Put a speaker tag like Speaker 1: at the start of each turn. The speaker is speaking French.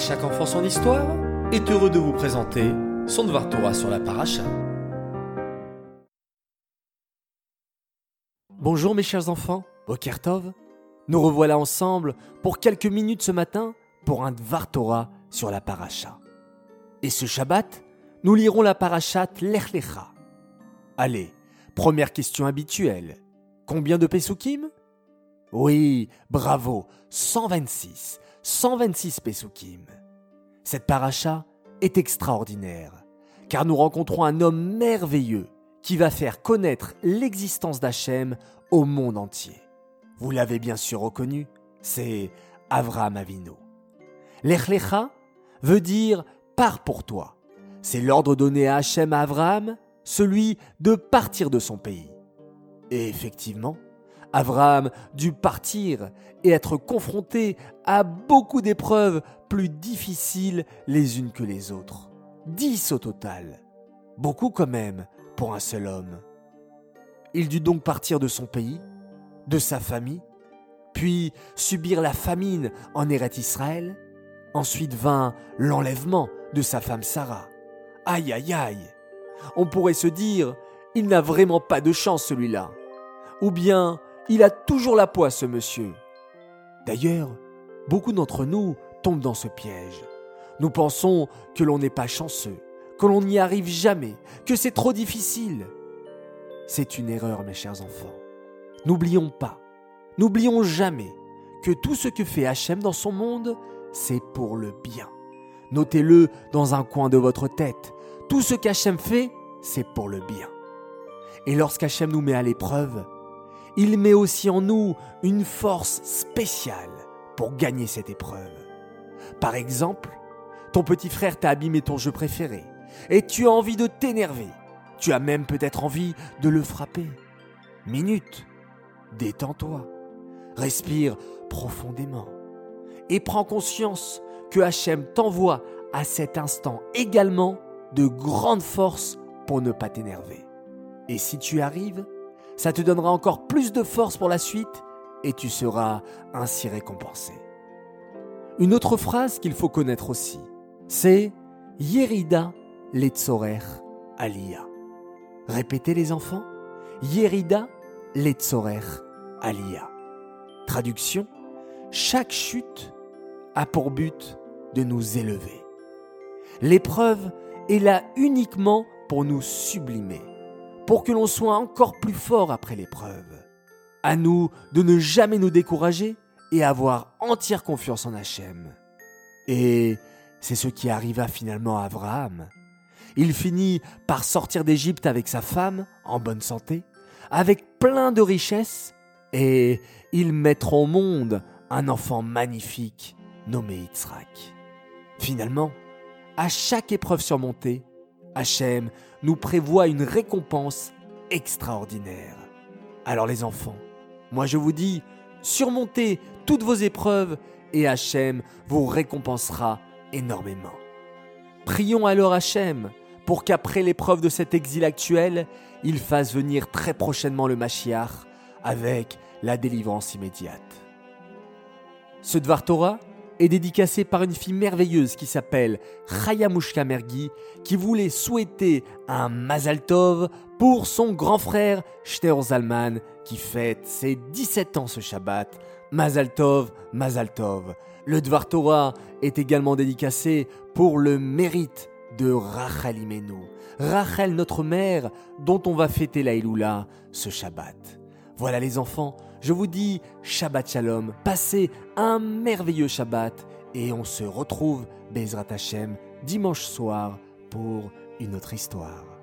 Speaker 1: chaque enfant son histoire est heureux de vous présenter son Dvar Torah sur la paracha.
Speaker 2: Bonjour mes chers enfants, Boker Tov. Nous revoilà ensemble pour quelques minutes ce matin pour un Dvar Torah sur la paracha. Et ce Shabbat, nous lirons la parachat Lech Lecha. Allez, première question habituelle. Combien de Pesukim ? Oui, bravo, 126. 126 Pesukim. Cette paracha est extraordinaire, car nous rencontrons un homme merveilleux qui va faire connaître l'existence d'Hachem au monde entier. Vous l'avez bien sûr reconnu, c'est Avraham Avinu. Lech Lecha veut dire « pars pour toi ». C'est l'ordre donné à Hachem à Avraham, celui de partir de son pays. Et effectivement, Avraham dut partir et être confronté à beaucoup d'épreuves plus difficiles les unes que les autres. 10 au total. Beaucoup quand même pour un seul homme. Il dut donc partir de son pays, de sa famille, puis subir la famine en Eretz Israël. Ensuite vint l'enlèvement de sa femme Sarah. Aïe aïe aïe. On pourrait se dire, il n'a vraiment pas de chance celui-là. Ou bien, il a toujours la poisse ce monsieur. D'ailleurs, beaucoup d'entre nous tombent dans ce piège. Nous pensons que l'on n'est pas chanceux, que l'on n'y arrive jamais, que c'est trop difficile. C'est une erreur, mes chers enfants. N'oublions pas, n'oublions jamais que tout ce que fait Hachem dans son monde, c'est pour le bien. Notez-le dans un coin de votre tête. Tout ce qu'Hachem fait, c'est pour le bien. Et lorsqu'Hachem nous met à l'épreuve, il met aussi en nous une force spéciale pour gagner cette épreuve. Par exemple, ton petit frère t'a abîmé ton jeu préféré et tu as envie de t'énerver. Tu as même peut-être envie de le frapper. Minute, détends-toi, respire profondément et prends conscience que Hachem t'envoie à cet instant également de grandes forces pour ne pas t'énerver. Et si tu y arrives, ça te donnera encore plus de force pour la suite et tu seras ainsi récompensé. Une autre phrase qu'il faut connaître aussi, c'est « Yerida letzorer aliyah ». Répétez les enfants, « Yerida letzorer aliyah ». Traduction, chaque chute a pour but de nous élever. L'épreuve est là uniquement pour nous sublimer, pour que l'on soit encore plus fort après l'épreuve. À nous de ne jamais nous décourager et avoir entière confiance en Hachem. Et c'est ce qui arriva finalement à Avraham. Il finit par sortir d'Égypte avec sa femme, en bonne santé, avec plein de richesses, et ils mettront au monde un enfant magnifique nommé Yitzhak. Finalement, à chaque épreuve surmontée, Hachem nous prévoit une récompense extraordinaire. Alors les enfants, moi je vous dis, surmontez toutes vos épreuves et Hachem vous récompensera énormément. Prions alors Hachem pour qu'après l'épreuve de cet exil actuel, il fasse venir très prochainement le Mashiach avec la délivrance immédiate. Ce Dvar Torah est dédicacé par une fille merveilleuse qui s'appelle Chaya Mushka Mergui, qui voulait souhaiter un Mazal Tov pour son grand frère Shter Zalman, qui fête ses 17 ans ce Shabbat. Mazal Tov, Mazal Tov. Le Dvar Torah est également dédicacé pour le mérite de Rachel Imenu, Rachel notre mère, dont on va fêter la Iloula ce Shabbat. Voilà les enfants, je vous dis Shabbat Shalom, passez un merveilleux Shabbat et on se retrouve Bezrat Hashem dimanche soir pour une autre histoire.